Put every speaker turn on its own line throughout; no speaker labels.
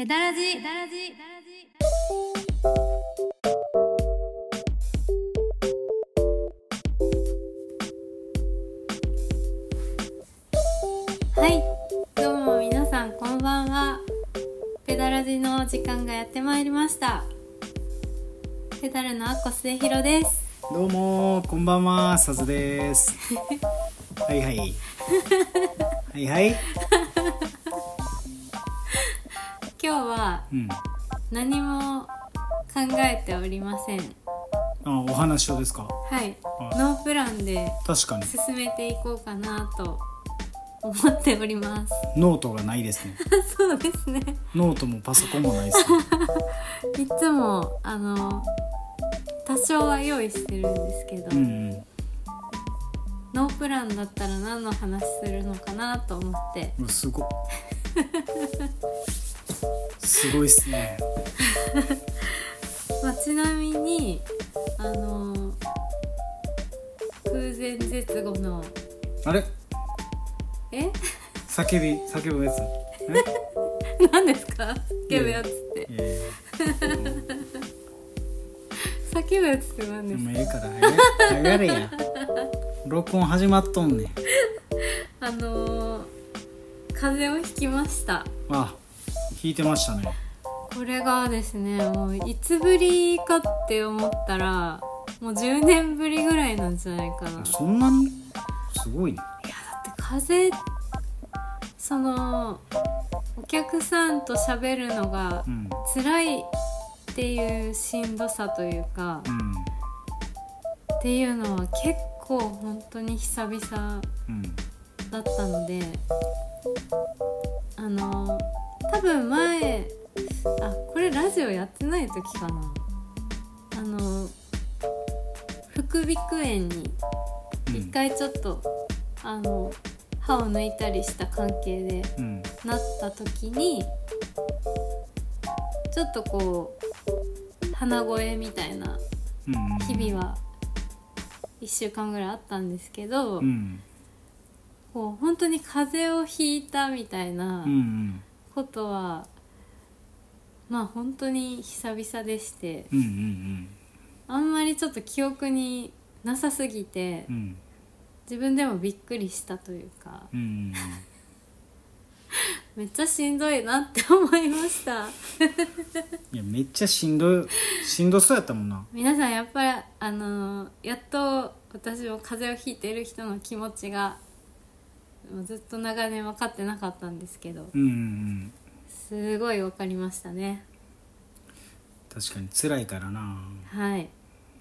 ペダラジ。はい、どうも皆さんこんばんは。ペダラジの時間がやってまいりました。ペダルのアッコ末広です。
どうもこんばんは、さずですはいはいはいはい。
今日は何も考えておりません。
お話をですか。
はい、ノープランで
確かに
進めていこうかなと思っております。
ノートがないですね
そうですね。
ノートもパソコンもないですね
いつも多少は用意してるんですけど、ノープランだったら何の話するのかなと思って。
すごすごいっすね
ちなみに空前絶後の
あれ叫ぶやつ
何ですか？叫ぶやつって叫ぶやつって何ですか？
もうええからやれや録音始まっとんねん。
風邪をひきました。
弾いてましたね。
これがですね、もういつぶりかって思ったらもう10年ぶりぐらいなんじゃないかな。
そんなにすごいね。
いやだって風邪、お客さんと喋るのが辛いっていうしんどさというか、っていうのは結構本当に久々だったので、多分前これラジオやってない時かな、副鼻腔炎に一回ちょっと、歯を抜いたりした関係でなった時に、ちょっとこう鼻声みたいな日々は1週間ぐらいあったんですけど、こう本当に風邪をひいたみたいなことは本当に久々でして、あんまりちょっと記憶になさすぎて、自分でもびっくりしたというか、めっちゃしんどいなって思いました
いやめっちゃしんどそうやったもんな。
皆さんやっぱりやっと私も風邪をひいている人の気持ちがずっと長年分かってなかったんですけど、すごい分かりましたね。
確かに辛いからな。
はい。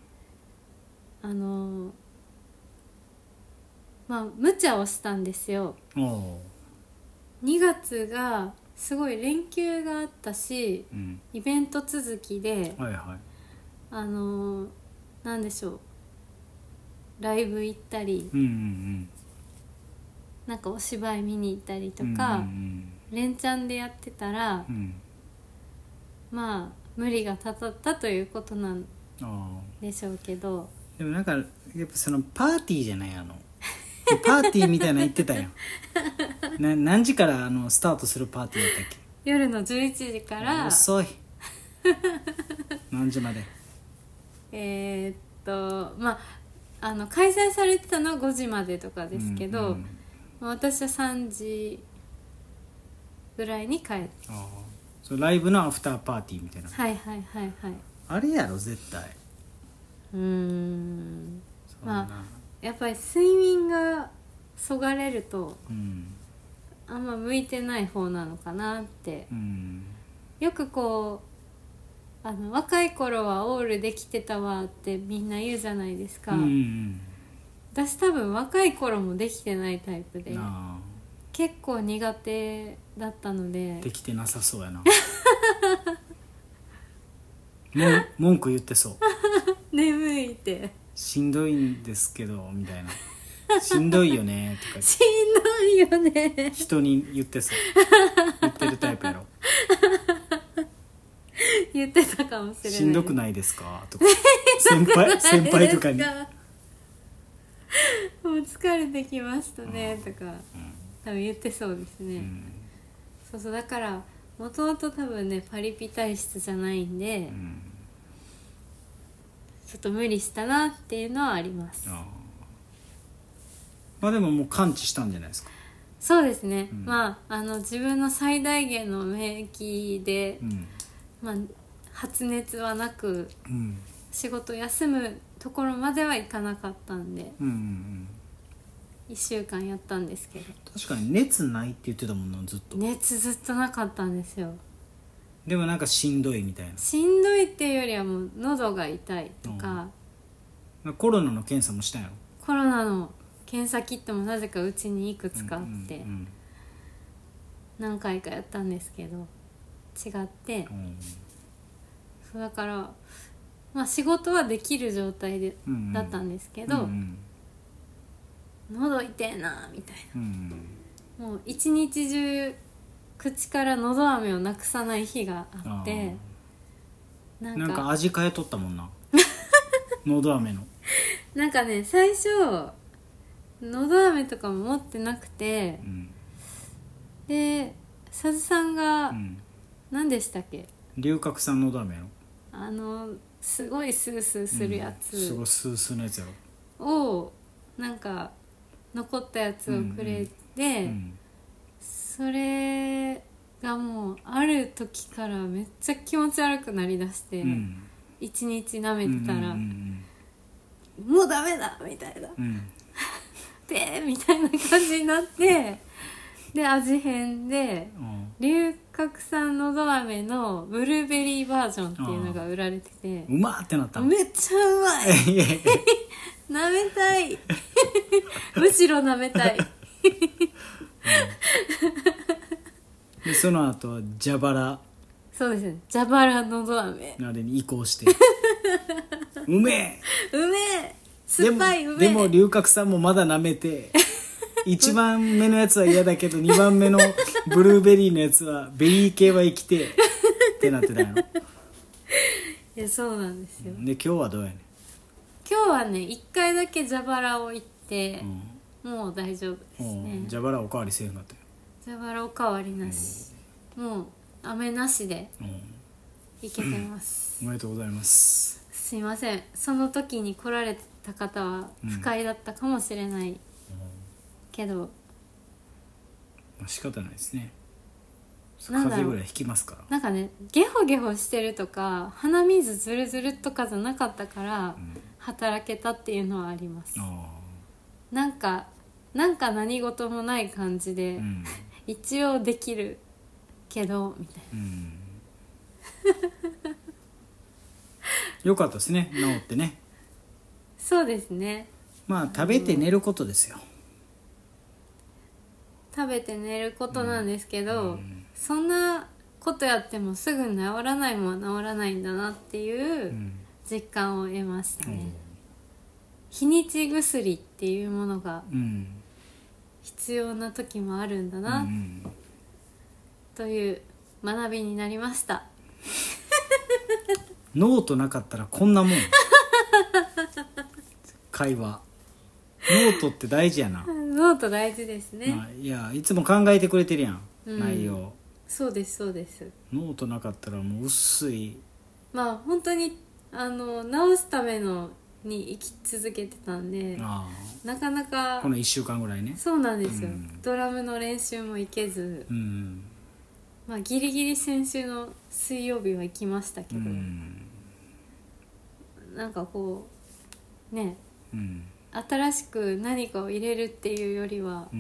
無茶をしたんですよ。2月がすごい連休があったし、イベント続きで、なんでしょう、ライブ行ったり、なんかお芝居見に行ったりとか、連チャンでやってたら、無理がたたったということなんでしょうけど、
でもなんかやっぱそのパーティーじゃない、パーティーみたいなの言ってたやん何時からスタートするパーティーだったっけ？
夜の11時から
遅い何時まで？
開催されてたのは5時までとかですけど、私は3時ぐらいに帰って、
ライブのアフターパーティーみたいな。あれやろ絶対。
やっぱり睡眠がそがれると、あんま向いてない方なのかなって、よくこう若い頃はオールできてたわってみんな言うじゃないですか。私多分若い頃もできてないタイプで、結構苦手だったので。
できてなさそうやな文句言ってそう
眠いって
しんどいんですけどみたいなしんどいよねとか
しんどいよね
人に言ってそう言ってるタイプやろ
言ってたかもしれない。
しんどくないですかとか先輩とかに
もう疲れてきましたねとか、多分言ってそうですね。そうだからもともと多分ねパリピ体質じゃないんで、
うん、
ちょっと無理したなっていうのはあります。
まあでももう完治したんじゃないですか。
そうですね、
うん、
まあ自分の最大限の免疫で、
うん、
まあ、発熱はなく、
うん、
仕事休むところまではいかなかったんで、
うんうんうん、
1週間やったんですけど。
確かに熱ないって言ってたもんな、ずっと。
熱ずっとなかったんですよ。
でもなんかしんどいみたいな。
しんどいっていうよりはもう喉が痛いとか、
コロナの検査もしたんやろ。
コロナの検査キットもなぜかうちにいくつかあって、
うんうんうん、
何回かやったんですけど違って、
うん、
そうだから、まあ、仕事はできる状態で、
うんうん、
だったんですけど、
うん
うん、喉痛えなみたいな、
うん
うん、もう一日中口から喉飴をなくさない日があって、
なんか味変えとったもんな喉飴の。
なんかね、最初喉飴とかも持ってなくて、うん、で佐々さんが、うん、何でしたっけ、
龍角散喉飴やろ。
すごいスースーするやつ、
すごいスースーのやつやろ
をなんか残ったやつをくれて、うん、それがもうある時からめっちゃ気持ち悪くなりだして、うん、1日舐めてたら、もうダメだみたいな、うん、ペーみたいな感じになってで味変で、龍角散のど飴のブルーベリーバージョンっていうのが売られてて、
うまーってなった。
めっちゃうまい舐めたいむしろ舐めたい
でその後蛇腹、
そうですね、蛇腹のど飴
あれに移行してうめえ
うめえ、酸っぱい、うめえ。
でも龍角散もまだ舐めて1番目のやつは嫌だけど2番目のブルーベリーのやつはベリー系は生きてってなってたよ。
いや、そうなんですよ。
で今日はどうやねん。
今日はね1回だけ蛇腹を行って、もう大丈夫ですね。
蛇腹おかわりせえへんかったよ。
蛇腹おかわりなし、もう飴なしでいけてます、
おめでとうございます。
すいません、その時に来られた方は不快だったかもしれない、けど、
まあ、仕方ないですね。風邪ぐらいひきますから。
なんかね、ゲホゲホしてるとか鼻水ズルズルとかじゃなかったから、働けたっていうのはあります。なんか何事もない感じで、一応できるけどみたいな、
よかったですね、治ってね。
そうですね。
まあ食べて寝ることですよ。
食べて寝ることなんですけど、そんなことやってもすぐ治らないもんは治らないんだなっていう実感を得ましたね、日にち薬っていうものが必要な時もあるんだな、という学びになりました。
ノートなかったらこんなもん会話ノートって大事やな。
ノート大事ですね、
まあ、いやいつも考えてくれてるやん、内容。
そうですそうです。
ノートなかったらもう薄い。
まあ本当に直すためのに生き続けてたんで、なかなか
この1週間ぐらいね。
そうなんですよ、ドラムの練習も行けず、まあギリギリ先週の水曜日は行きましたけど、なんかこうね、新しく何かを入れるっていうよりは、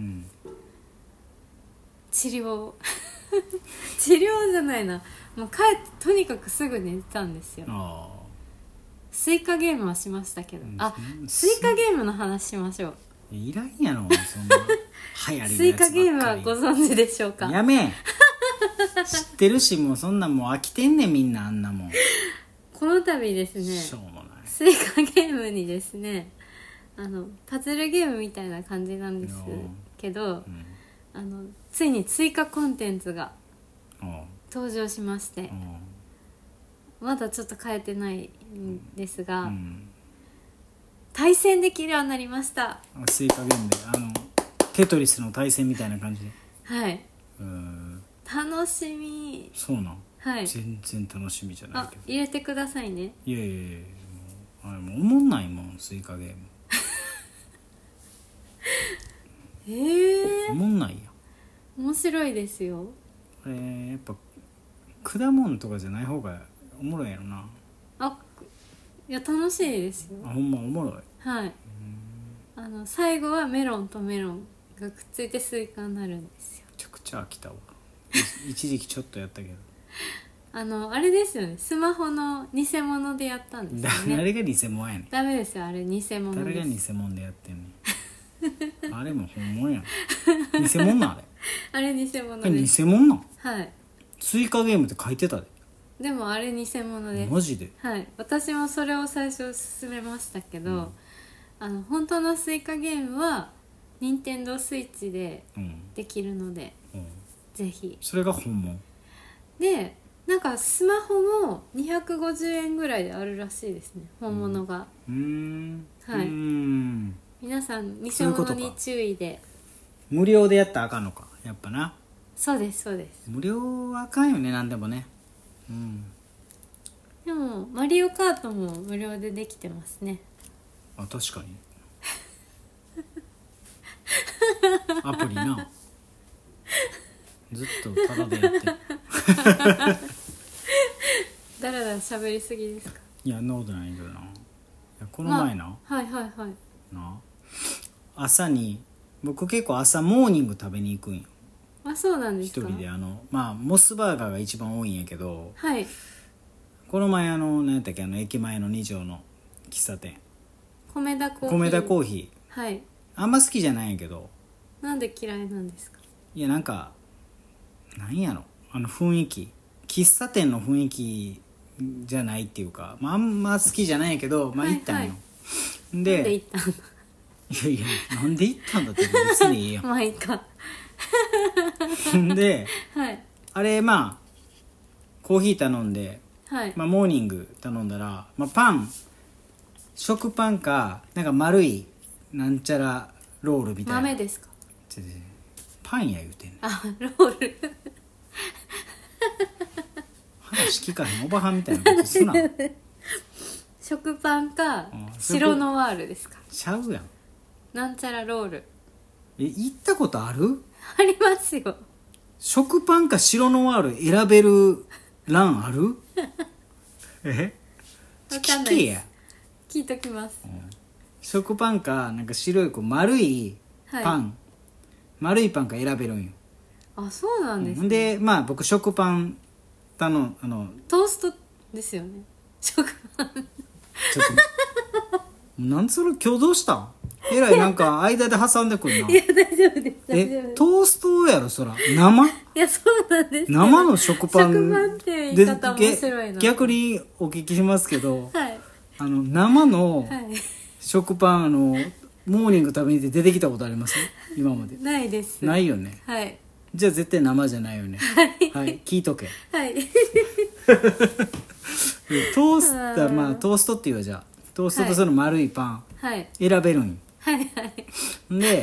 治療治療じゃないな、もう帰ってとにかくすぐ寝てたんですよ。スイカゲームはしましたけど、スイカゲームの話しましょう。
いらんやろそんな流行りのやつばっかり。
スイカゲームはご存知でしょうか。
やめん知ってるし、もうそんなんもう飽きてんねんみんな、あんなもん。
この度ですね、
しょうもない
スイカゲームにですね、パズルゲームみたいな感じなんですけど、ついに追加コンテンツが登場しまして、まだちょっと変えてないんですが、対戦できるようになりました。
スイカゲームでテトリスの対戦みたいな感じで。
はい、 楽しみ。
そうなん、
はい。
全然楽しみじゃないけど。
入れてくださいね。
いやいやいや、もうあれもうおもんないもん、スイカゲーム。おもんないやん。
面白いですよ。
やっぱ果物とかじゃない方がおもろいやろな。
いや楽しいですよ。
ほんまおもろい。
はい。最後はメロンとメロンがくっついてスイカになるんですよ。
めちゃくちゃ飽きたわ。一時期ちょっとやったけど。
あれですよね、スマホの偽物でやったんですよね。
誰が偽物やねん。
ダメですよ、あれ偽物です。
誰が偽物でやってんねん。あれも本物やん。偽物なあれ。
あれ偽物です。
偽物なん。
はい。
スイカゲームって書いてたで。
でもあれ偽物です。
マジで。
はい。私もそれを最初勧めましたけど、本当のスイカゲームは任天堂スイッチでできるので、ぜひ。
それが本物
で、なんかスマホも250円ぐらいであるらしいですね、本物が。はい。皆さん偽物に注意で。
無料でやったらあかんのか、やっぱな。
そうですそうです。
無料はあかんよね、なんでもね。
でもマリオカートも無料でできてますね。
あ、確かに。アプリな。ずっとタダでやってる。
だらだら喋りすぎですか。
いや、そんなことないけどな。いや、この前な、
はいはいはい。
朝に僕結構朝モーニング食べに行くんよ。
そうなんですか。
一人でモスバーガーが一番多いんやけど、
はい。
この前何やったっけ、駅前の2条の喫茶店、
米田コーヒー。
米田コーヒー。
はい。
あんま好きじゃないんやけど。
なんで嫌いなんですか。
いや、なんかなんやろ、雰囲気、喫茶店の雰囲気じゃないっていうか、あんま好きじゃないんやけど、行ったんよ。で、
なんで行ったんだ。
いやいや、なんで行ったんだって別にいいやん。
いいか。
で、
はい。
あれコーヒー頼んで、
はい。
モーニング頼んだら、パン、食パンかなんか丸いなんちゃらロールみたいな。
豆ですか。
パンや言うてんねん。
ロール。
話聞かへんおばはんみたいなことすな。
食パンか白ノワールですか。
ちゃうやん。
なんちゃらロール。
行ったことある？
ありますよ。
食パンか白ノワール選べる欄ある？
わかんないです。
や。
聞いときます。
食パンかなんか白い丸いパン、丸いパンか選べるんよ。
そうなんですね。
で僕食パン頼ん
トーストですよね。食パン。
ちょっとなんそれ今日どうしたん？えらいなんか間で挟んでくるな。
いや大丈夫です大丈夫です。
トーストやろそら。生？
いやそうなんですけど。
生の食パン。
食パンっていう言い方面白いな。
逆にお聞きしますけど、
はい。
生の
はい。
食パンモーニング食べに行って出てきたことあります？今まで。
ないです。
ないよね。
はい。
じゃあ絶対生じゃないよね。はい。聞いとけ。
はい。
トースタートーストっていうわ。じゃあトーストとその丸いパン選べるんよ。
はいはい。
で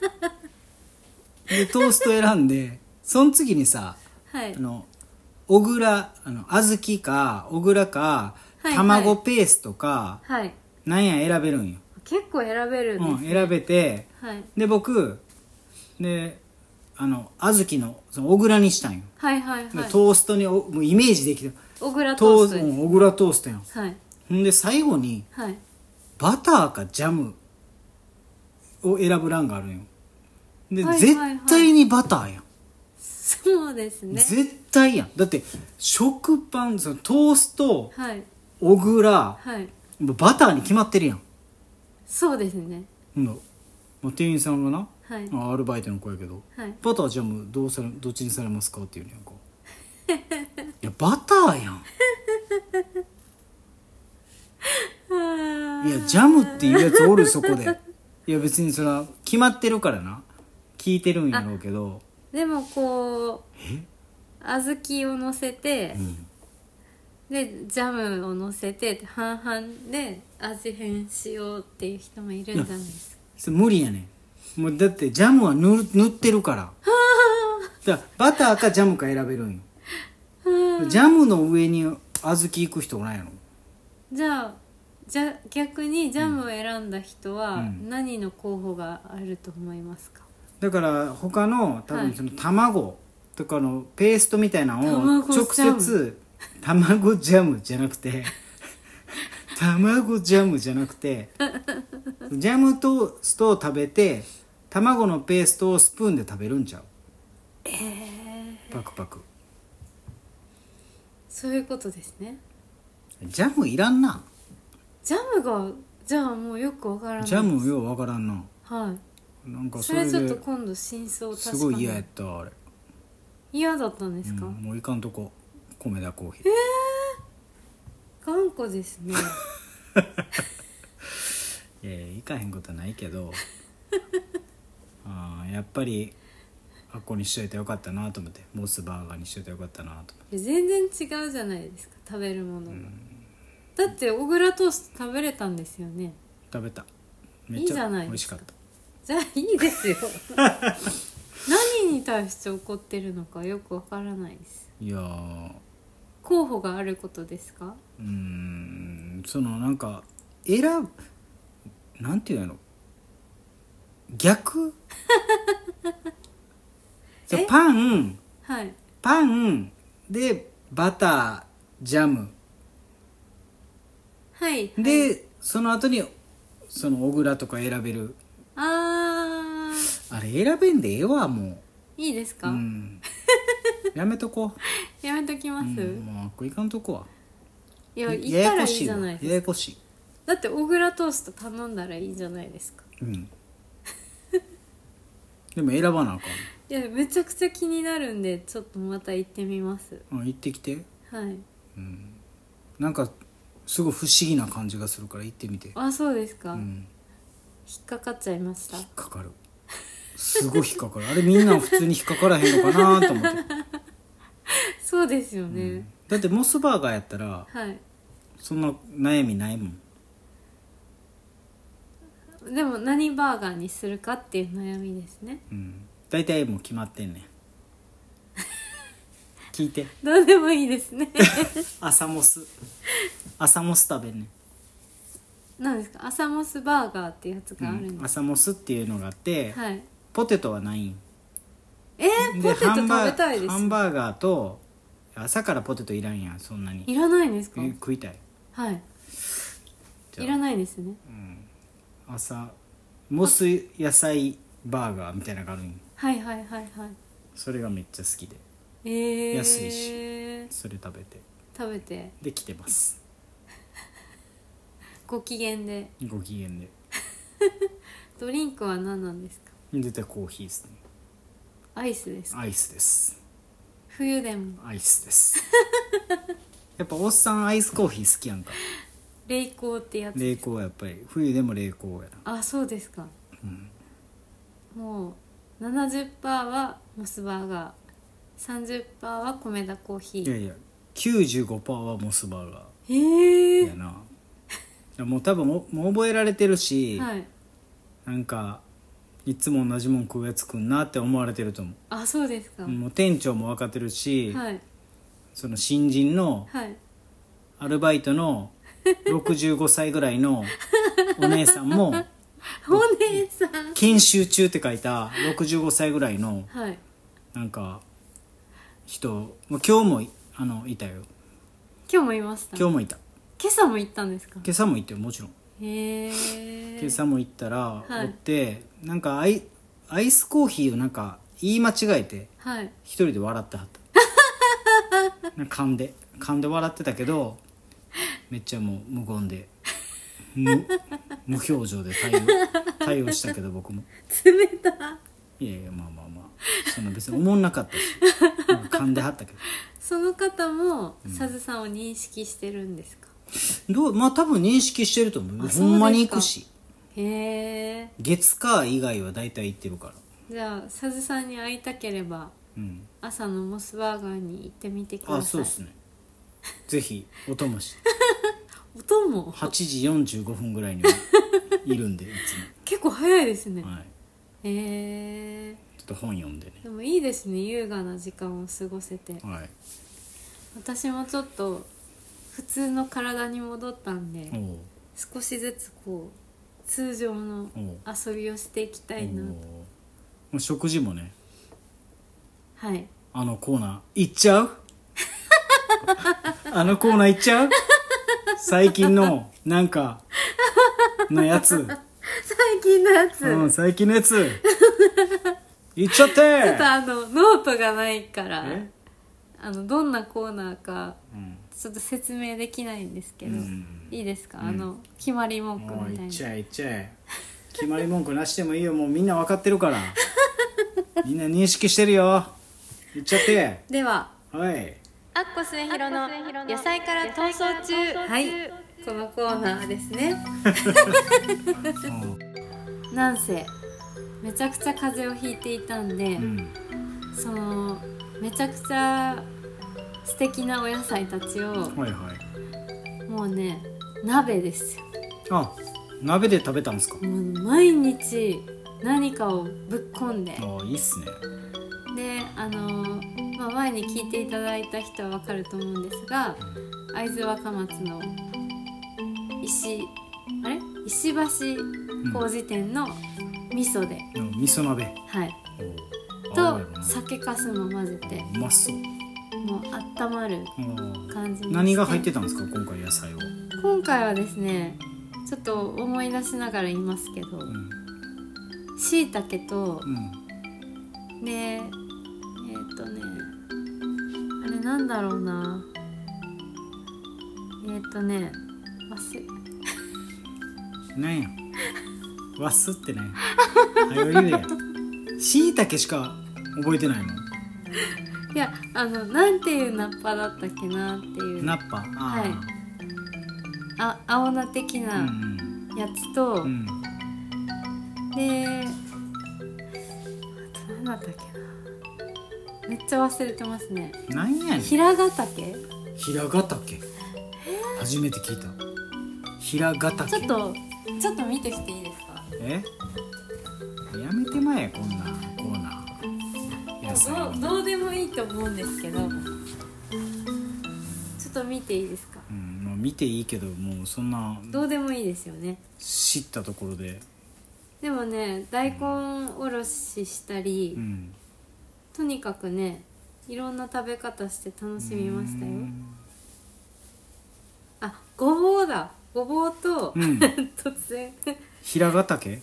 トースト選んで、その次にさ、小倉小豆か小倉か、卵ペーストか、なんや選べるんよ。
結構選べるんですね。
選べて、で僕で小豆のその小倉にしたんよ。トーストにもうイメージできた。
小倉トーストです。
小倉トーストやん。ほんで最後に、
はい、
バターかジャムを選ぶ欄があるんよ。で、絶対にバターやん。
そうですね。
絶対やん。だって食パン、そのトースト、小倉、バターに決まってるやん。
そうですね。
店員さんがな、アルバイトの子やけど、バタージャムどっちにされますかっていうねんか。いやバターやん。いやジャムっていうやつおるそこで。いや別にそれは決まってるからな、聞いてるんやろうけど。
でもこう小豆をのせて、でジャムをのせて半々で味変しようっていう人もいるんじゃないですか。
それ無理やねん。もうだってジャムは塗ってるから。 だからバターかジャムか選べるんよ。ジャムの上に小豆いく人おらんやろ。
じゃあ逆にジャムを選んだ人は何の候補があると思いますか？
だから他の多分その卵とかのペーストみたいなのを直接卵ジャムじゃなくて卵ジャムじゃなくてジャムトーストを食べて卵のペーストをスプーンで食べるんちゃう？パクパク。
そういうことですね。
ジャムいらんな。
ジャムがじゃあもうよくわからない。
ジャムようわからんな。
はい。
なんか
それちょっと今度真相を確かめ。
すごい嫌やったあれ。
嫌だったんですか？
もういかんとこ米田コーヒー。
頑固ですね。
いかへんことはないけどやっぱりあっこにしといてよかったなと思って、モスバーガーにしといてよかったなと思って。
全然違うじゃないですか、食べるものが。だって小倉トースト食べれたんですよね。
食べた。めっ
いい
ちゃ
じゃないですか。
美味しかった。
じゃあいいですよ。何に対して怒ってるのかよくわからないです。
いやー、
候補があることですか？
そのなんかなんていうの、逆パン、
はい、
パンでバタージャム、
はい、
でその後にその小倉とか選べる。
あ
れ選べんでええわ、も
ういいですか？
やめとこ
う。やめときます、
もうこれいかんとこは。
いや、行ったらいいじゃないですか。
ややこしい。
だって小倉トースト頼んだらいいじゃないですか。
でも選ばなあかん。
いや、めちゃくちゃ気になるんでちょっとまた行ってみます。
行ってきて。
はい、
なんかすごい不思議な感じがするから行ってみて。
あ、そうですか、引っかかっちゃいました。
引っかかる、すごい引っかかる。あれみんな普通に引っかからへんのかなと思って。
そうですよね、
だってモスバーガーやったら、
はい、
そんな悩みないもん。
でも何バーガーにするかっていう悩みですね。
大体もう決まってんねん。聞いて。
どうでもいいですね。
朝モス食べんねん。
何ですか？朝モスバーガーっていうやつがあるんです、
朝モスっていうのがあって、
はい、
ポテトはないん。
ポテト食べたいです。
ハンバーガーと朝からポテトいらんやん、そんなに。
いらないんですか？
食いたい。
はい。いらないですね。
朝モス野菜バーガーみたいなのがあるん。
はいはいはいはい。
それがめっちゃ好きで、安いし、それ食べてで来てます。
ご機嫌で。
ご機嫌で。
ドリンクは何なんですか？
絶対コーヒーですね。
アイスですか？
アイスです。
冬でも
アイスです。やっぱおっさんアイスコーヒー好きやんか。
冷凍ってやつ。
冷凍はやっぱり冬でも冷凍やな。
あ、そうですか。もう 70% はモスバーガー、 30% は米田コーヒー。
いやいや 95% はモスバーガ
ー
やな。もう多分もう覚えられてるし、
はい、
なんかいつも同じもん食うやつくんなって思われてると思う。
あ、そうですか。
もう店長も分かってるし、
はい、
その新人のアルバイトの65歳ぐらいのお姉さんも
お姉さん
研修中って書いた65歳ぐらいの
はい
なんか人、今日もいたよ。
今日もいました。
今日もいた。
今朝も行ったんですか？
今朝も行ってよ、もちろん。
へえ。
今朝も行ったら、
はい、
おってなんかアイスコーヒーをなんか言い間違えて、
はい、
一人で笑ってはった。噛んで笑ってたけど、めっちゃもう無言で無表情で対応したけど、僕も
冷た。
いやいや、まあそんな別に思んなかったし、なんか噛んではったけど。
その方もサズさんを認識してるんですか？
まあ多分認識してると思う。ほんまに行くし。
へえ。
月火以外は大体行ってるから。
じゃあサズさんに会いたければ、朝のモスバーガーに行ってみてください。
あ、そうですね。ぜひお供し。
お供
8時45分ぐらいにはいるんで、いつも。
結構早いですね。
はい。
へえ。
っと本読んでね。
でもいいですね、優雅な時間を過ごせて。
はい。
私もちょっと普通の体に戻ったんで、少しずつこう通常の遊びをしていきたいなと。
もう食事もね、
はい、
あのコーナー行っちゃうあのコーナー行っちゃう最近のなんかのやつ
最近のやつ、
最近のやつ行っちゃって。ち
ょっとノートがないからどんなコーナーかちょっと説明できないんですけど、いいですか、決まり文句みたいな。
いっちゃえいっちゃえ。決まり文句なしでもいいよ、もうみんな分かってるからみんな認識してるよ。言っちゃって。
では、
はい、
アッコ末広の野菜から逃走中。はい、このコーナーですねなんせめちゃくちゃ風邪をひいていたんで、そのめちゃくちゃ素敵なお野菜たちを、
はいはい、
もうね、鍋ですよ。
あ、鍋で食べたんですか。
もう毎日何かをぶっ込んで。
いいっすね。
で、前に聞いていただいた人は分かると思うんですが、会津若松の石橋麹店の味噌で、
味噌鍋、
はい、と酒粕も混ぜて、
うまそう。
もう温まる感じにして。
何が入ってたんですか、今回野菜を。
今回はですね、ちょっと思い出しながら言いますけど、しいたけと、であれなんだろうな、
なんやわすってねはよ言うやしいたけしか覚えてないの。
いや、なんていうナッパだったっけなっていう。
ナッパ、
はい、青菜的なやつと、で、あと何だったっけな、めっちゃ忘れてますね。
なんやねん。
平ヶ岳。
平ヶ岳、初めて聞いた。平ヶ岳。
ちょっと見てきていいですか。
やめてまえ、こんなコーナー。
どうでもいいと思うんですけど、ちょっと見ていいですか。
まあ、見ていいけど、もうそんな
どうでもいいですよね。
知ったところで。
でもね、大根おろししたり、とにかくね、いろんな食べ方して楽しみましたよ。あ、ごぼうだ。ごぼうと、突然
平ヶ岳。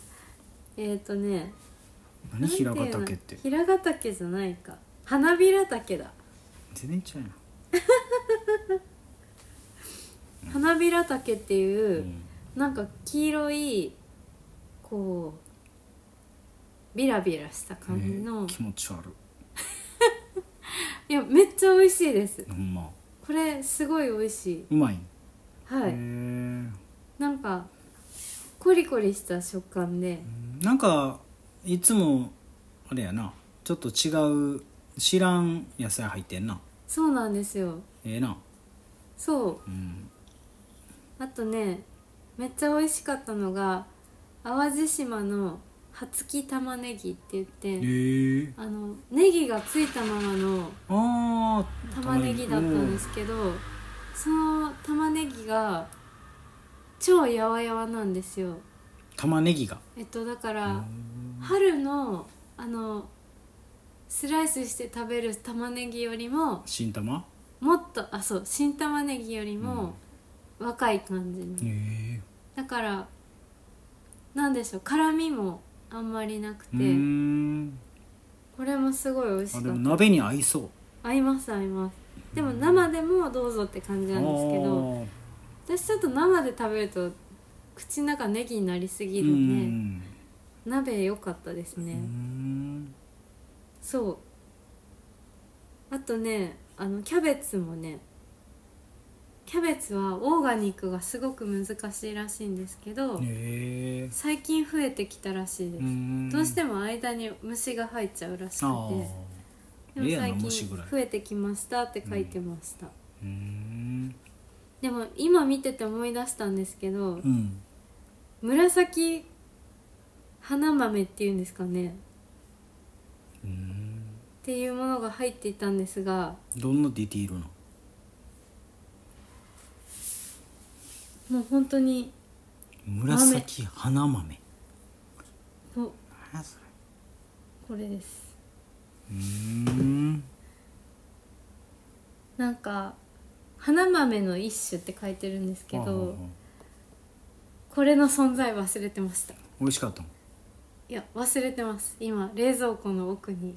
何平ヶ岳って。
平ヶ岳じゃないか、花びら岳だ。
全然違うな。
花びら岳っていう、なんか黄色いこうビラビラした感じの、
気持ち悪
い。いや、めっちゃ美味しいです。
ほんま。
これすごい美味しい。
うまい。
はい。なんかコリコリした食感で、
なんかいつもあれやな、ちょっと違う知らん野菜入ってんな。
そうなんですよ。
な。
そう、あとね、めっちゃ美味しかったのが淡路島の葉付き玉ねぎって言って、ネギがついたままの玉ねぎだったんですけど、その玉ねぎが超やわやわなんですよ。
玉ねぎが
だから春のスライスして食べる玉ねぎよりも、
新玉、
もっと新玉ねぎよりも若い感じに、だからなんでしょう、辛みもあんまりなくて、これもすごい美味しかった。
でも鍋に合いそう。
合います合います。でも生でもどうぞって感じなんですけど、私ちょっと生で食べると口の中ネギになりすぎるんで、鍋良かったですね。そう。あとね、キャベツもね、キャベツはオーガニックがすごく難しいらしいんですけど、最近増えてきたらしいです。どうしても間に虫が入っちゃうらしくて、でも最近増えてきましたって書いてました。でも今見てて思い出したんですけど、紫花豆っていうんですかね、 っていうものが入っていたんですが、
どんなディティールな
もう本当に
紫花豆。
こ
何それ。
れです。
ん
なんか花豆の一種って書いてるんですけど、これの存在忘れてました。
美味しかったの？
いや忘れてます。今冷蔵庫の奥に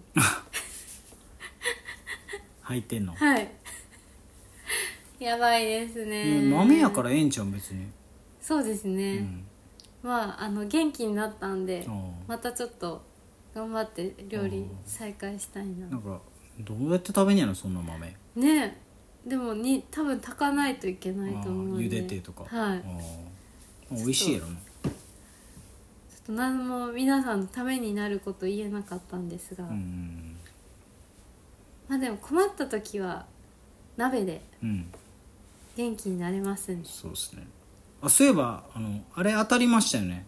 入ってんの？
はいやばいですね。
豆やからええんちゃん別に。
そうですね、まあ元気になったんで
あ
またちょっと頑張って料理再開したいな。
なんかどうやって食べんやろそんな豆。
ねえ、でも多分炊かないといけないと思うんで。
茹でてとか。
はい。
美味しいやろな。
ちょっと何も皆さんのためになること言えなかったんですが、まあでも困った時は鍋で元気になれますんで。
そうですね。そういえばあれ当たりましたよね。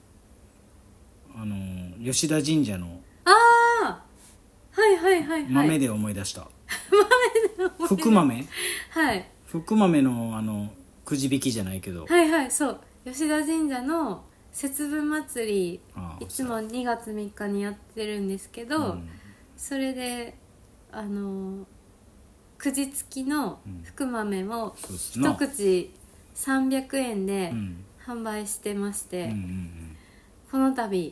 吉田神社の。
ああ、はいはいはいはい。
豆で思い出した。福豆。
はい。
福豆のくじ引きじゃないけど。
はいはい、そう吉田神社の節分祭り、いつも2月3日にやってるんですけど、それでくじ付きの福豆も一口300円で販売してまして、この度、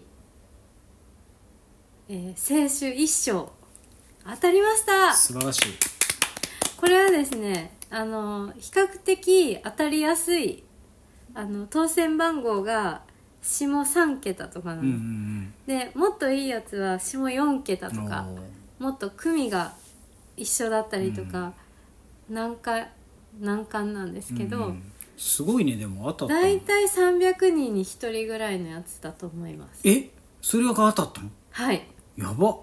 清酒一升当たりました。
素晴らしい。
これはですね比較的当たりやすい当選番号が下3桁とかなの、でもっといいやつは下4桁とか、もっと組が一緒だったりとか、難関なんですけど、
すごいね。でも当たったの
だいたい300人に1人ぐらいのやつだと思います。
それが当たったの？
はい。
やば。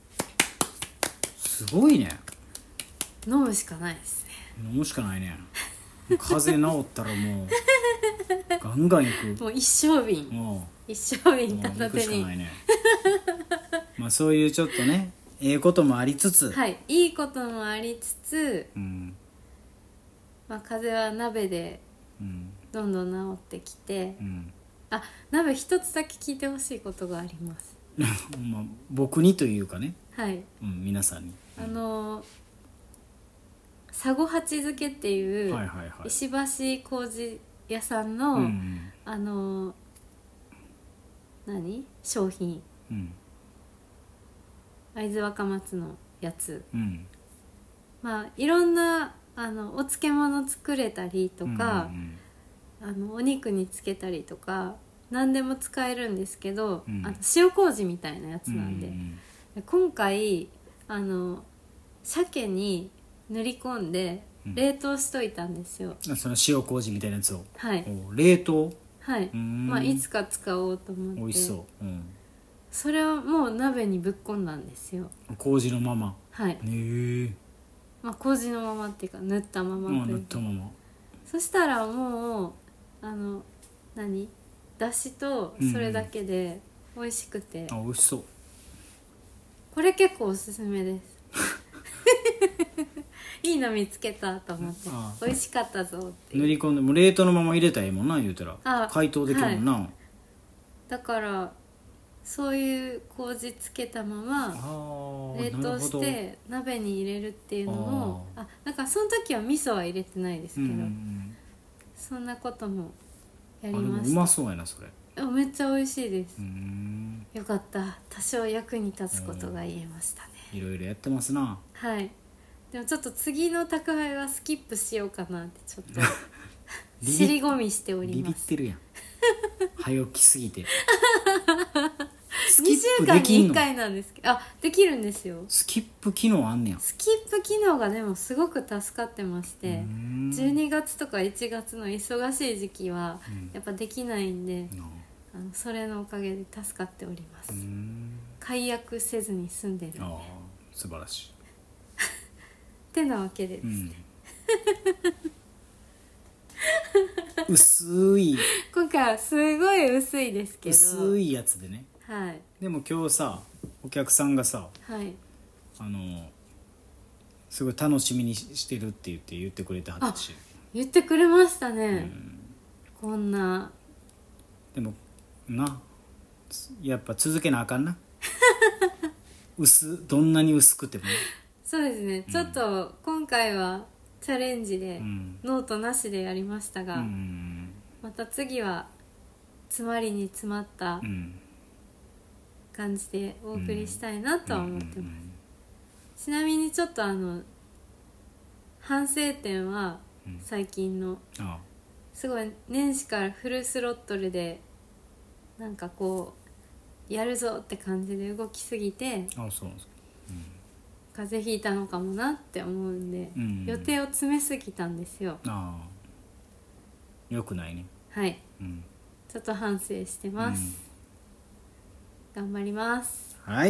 すごいね。
飲むしかないですね。
飲むしかないね。風邪治ったらもうガンガンいく。
もう一升瓶片手に。
まあそういうちょっとねこともありつつ、
はい、いいこともありつつ、まあ風邪は鍋でどんどん治ってきて、鍋一つだけ聞いてほしいことがあります。
まあ僕にというかね、
はい、
皆さんに
佐護八漬けっていう石橋麹屋さんの、商品、会津若松のやつ、まあいろんなお漬物作れたりとか、お肉につけたりとか何でも使えるんですけど、塩麹みたいなやつなんで、今回鮭に塗り込んで冷凍しといたんですよ、
その塩麹みたいなやつを。
はい。
冷凍。
はい。まあいつか使おうと思って。
美味しそう。
それをもう鍋にぶっ込んだんですよ。
麹のまま。
はい。まあ麹のままっていうか塗ったまま。
塗ったまま。
そしたらもうだしとそれだけで美味しくて、
美味しそう。
これ結構おすすめですいいの見つけたと思って、美味しかったぞって
塗り込んでも冷凍のまま入れたらいいもんな、言うたら解凍できるもんな、はい、
だからそういう麹つけたまま冷凍して鍋に入れるっていうのもなんかその時は味噌は入れてないですけど、そんなこともやりました。
うまそうやなそれ。
めっちゃ美味しいです。よかった、多少役に立つことが言えましたね。
いろいろやってますな。
はい。でもちょっと次の宅配はスキップしようかなってちょっと尻込みしております。
ビビってるやん早起きすぎて
2週間に1回なんですけど、できるんですよ。
スキップ機能あんねや。
スキップ機能がでもすごく助かってまして、12月とか1月の忙しい時期はやっぱできないんで、それのおかげで助かっております。解約せずに済んでるんで。
素晴らしい
ってなわけでですね、
薄い
今回はすごい薄いですけど、
薄いやつでね。
はい。
でも今日さお客さんがさ、
はい、
すごい楽しみにしてるって言ってくれてはったし、
言ってくれましたね、こんな。
でもな、やっぱ続けなあかんなどんなに薄くてもね。
そうですね、ちょっと今回はチャレンジで、ノートなしでやりましたが、また次は詰まりに詰まった感じでお送りしたいなとは思ってます。ちなみにちょっと反省点は最近の、すごい年始からフルスロットルでなんかこうやるぞって感じで動きすぎて、風邪ひいたのかもなって思うんで、予定を詰めすぎたんですよ。
よくないね。
はい、ちょっと反省してます、頑張ります。
はい。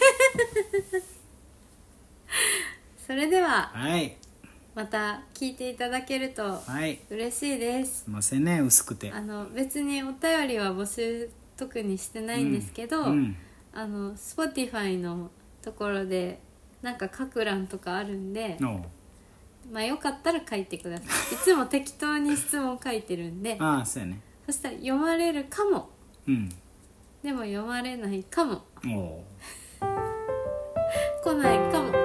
それでは、
はい、
また聞いていただけると嬉しいです。
すいませんね、薄くて。
別にお便りは募集特にしてないんですけど、Spotify のところでなんか書く欄とかあるんで、まあよかったら書いてください。いつも適当に質問書いてるんで
そうやね。
そしたら読まれるかも、でも読まれないかも、来ないかも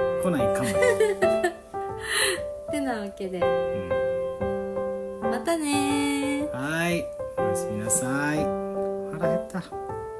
ってなわけで、またね。
はい、おやすみなさい。腹減った。